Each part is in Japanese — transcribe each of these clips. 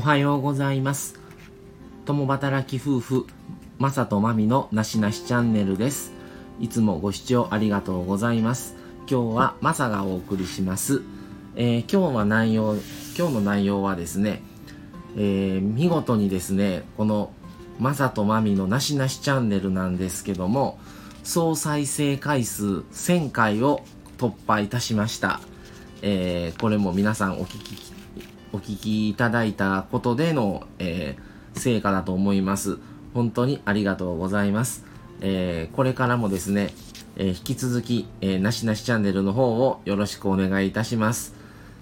はようございます。共働き夫婦マサとマミのなしなしチャンネルです。いつもご視聴ありがとうございます。今日はマサがお送りします。今日の内容はですね、見事にですね、このマサとマミのなしなしチャンネルなんですけども、総再生回数1000回を突破いたしました。これも皆さんお聞きいただいたことでの、成果だと思います。本当にありがとうございます。これからもですね、引き続き、なしなしチャンネルの方をよろしくお願いいたします。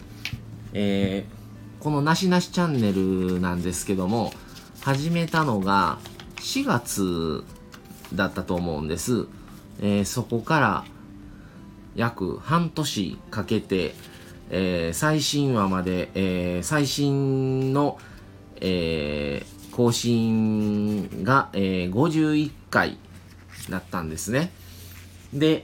このなしなしチャンネルなんですけども、始めたのが4月だったと思うんです。そこから約半年かけて、最新話まで、最新の、更新が、51回だったんですね。で、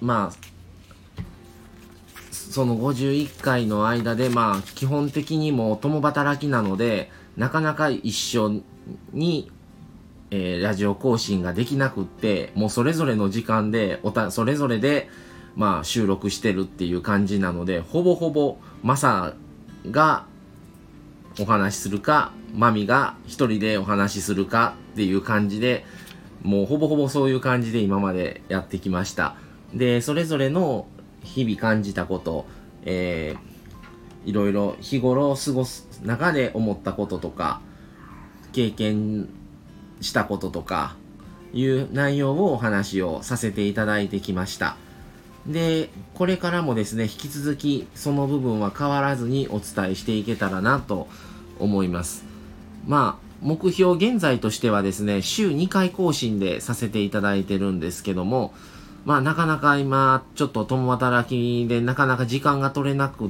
その51回の間で、基本的にもう共働きなので、なかなか一緒に、ラジオ更新ができなくって、もうそれぞれの時間で、それぞれで、収録してるっていう感じなので、ほぼほぼマサがお話しするか、マミが一人でお話しするかっていう感じで、もうほぼほぼそういう感じで今までやってきました。で、それぞれの日々感じたこと、いろいろ日頃過ごす中で思ったこととか、経験したこととかいう内容をお話をさせていただいてきました。で、これからもですね、引き続きその部分は変わらずにお伝えしていけたらなと思います。目標現在としてはですね、週2回更新でさせていただいてるんですけども、なかなか今、ちょっと共働きでなかなか時間が取れなくって、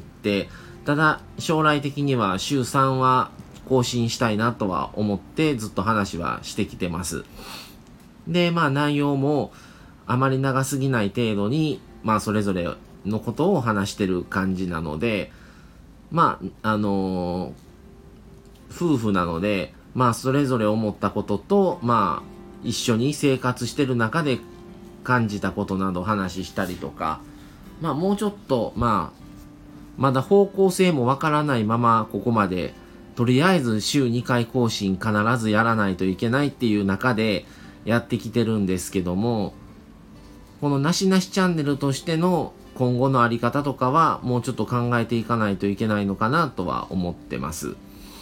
ただ将来的には週3は更新したいなとは思ってずっと話はしてきてます。で、内容もあまり長すぎない程度に、それぞれのことを話してる感じなので、夫婦なので、それぞれ思ったことと、一緒に生活してる中で感じたことなど話したりとか、もうちょっと、まだ方向性もわからないまま、ここまで、とりあえず週2回更新必ずやらないといけないっていう中でやってきてるんですけども、このなしなしチャンネルとしての今後のあり方とかはもうちょっと考えていかないといけないのかなとは思ってます。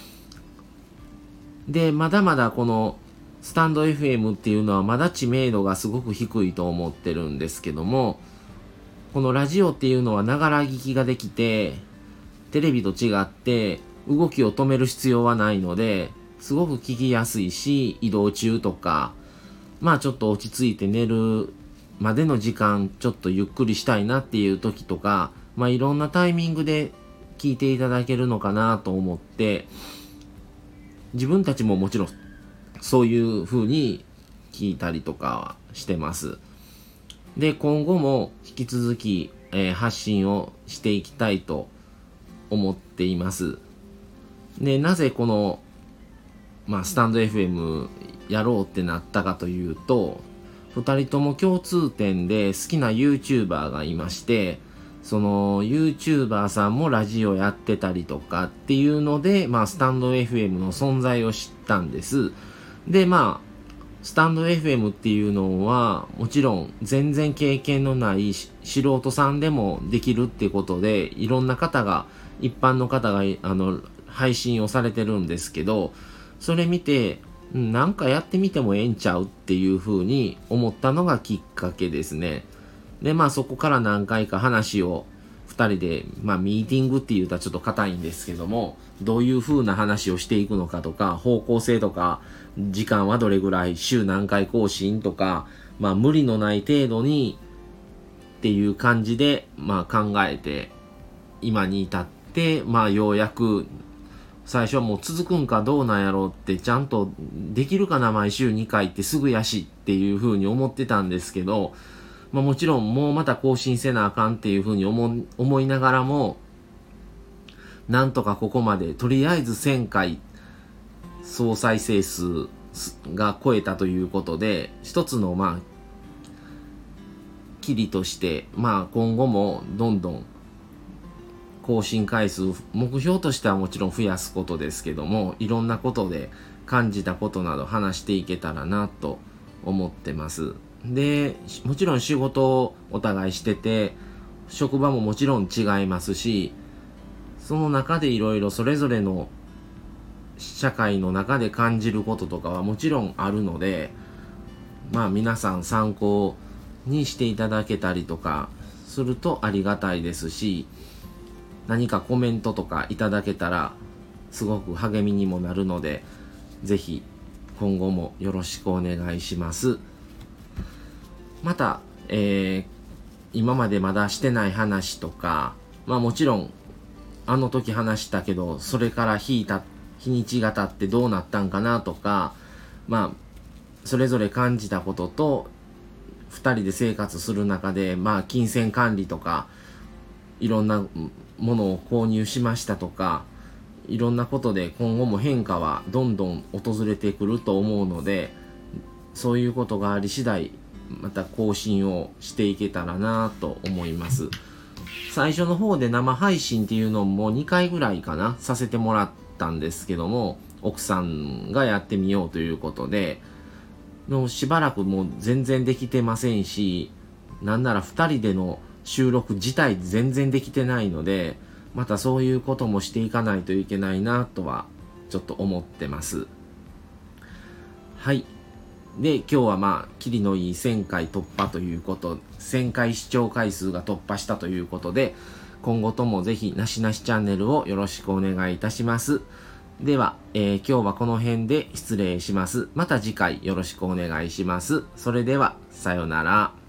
で、まだまだこのスタンド FM っていうのはまだ知名度がすごく低いと思ってるんですけども、このラジオっていうのはながら聞きができて、テレビと違って動きを止める必要はないので、すごく聞きやすいし、移動中とか、ちょっと落ち着いて寝るまでの時間、ちょっとゆっくりしたいなっていう時とか、いろんなタイミングで聞いていただけるのかなと思って、自分たちももちろんそういう風に聞いたりとかしてます。で、今後も引き続き、発信をしていきたいと思っています。で、なぜこの、スタンド FM やろうってなったかというと、2人とも共通点で好きな YouTuber がいまして、その YouTuber さんもラジオやってたりとかっていうので、スタンド FM の存在を知ったんです。で、スタンド FM っていうのはもちろん全然経験のない素人さんでもできるってことで、いろんな方が、一般の方が配信をされてるんですけど、それ見てなんかやってみてもええんちゃうっていう風に思ったのがきっかけですね。で、そこから何回か話を2人で、ミーティングって言うとちょっと硬いんですけども、どういう風な話をしていくのかとか、方向性とか、時間はどれぐらい、週何回更新とか、無理のない程度にっていう感じで、考えて、今に至って、ようやく、最初はもう続くんかどうなんやろうってちゃんとできるかな毎週2回ってすぐやしっていう風に思ってたんですけど、もちろんもうまた更新せなあかんっていう風に思いながらも、なんとかここまでとりあえず1000回総再生数が超えたということで、一つのキリとして、今後もどんどん更新回数、目標としてはもちろん増やすことですけども、いろんなことで感じたことなど話していけたらなと思ってます。で、もちろん仕事をお互いしてて、職場ももちろん違いますし、その中でいろいろそれぞれの社会の中で感じることとかはもちろんあるので、皆さん参考にしていただけたりとかするとありがたいですし、何かコメントとかいただけたらすごく励みにもなるので、ぜひ今後もよろしくお願いします。また、今までまだしてない話とか、もちろんあの時話したけどそれから日にちが経ってどうなったんかなとか、それぞれ感じたことと2人で生活する中で、金銭管理とかいろんなものを購入しましたとか、いろんなことで今後も変化はどんどん訪れてくると思うので、そういうことがあり次第また更新をしていけたらなと思います。最初の方で生配信っていうのも2回ぐらいかなさせてもらったんですけども、奥さんがやってみようということで、しばらくもう全然できてませんし、なんなら2人での収録自体全然できてないので、またそういうこともしていかないといけないなとはちょっと思ってます。はい。で、今日はキリのいい1000回突破ということ、1000回視聴回数が突破したということで、今後ともぜひなしなしチャンネルをよろしくお願いいたします。では、今日はこの辺で失礼します。また次回よろしくお願いします。それでは、さようなら。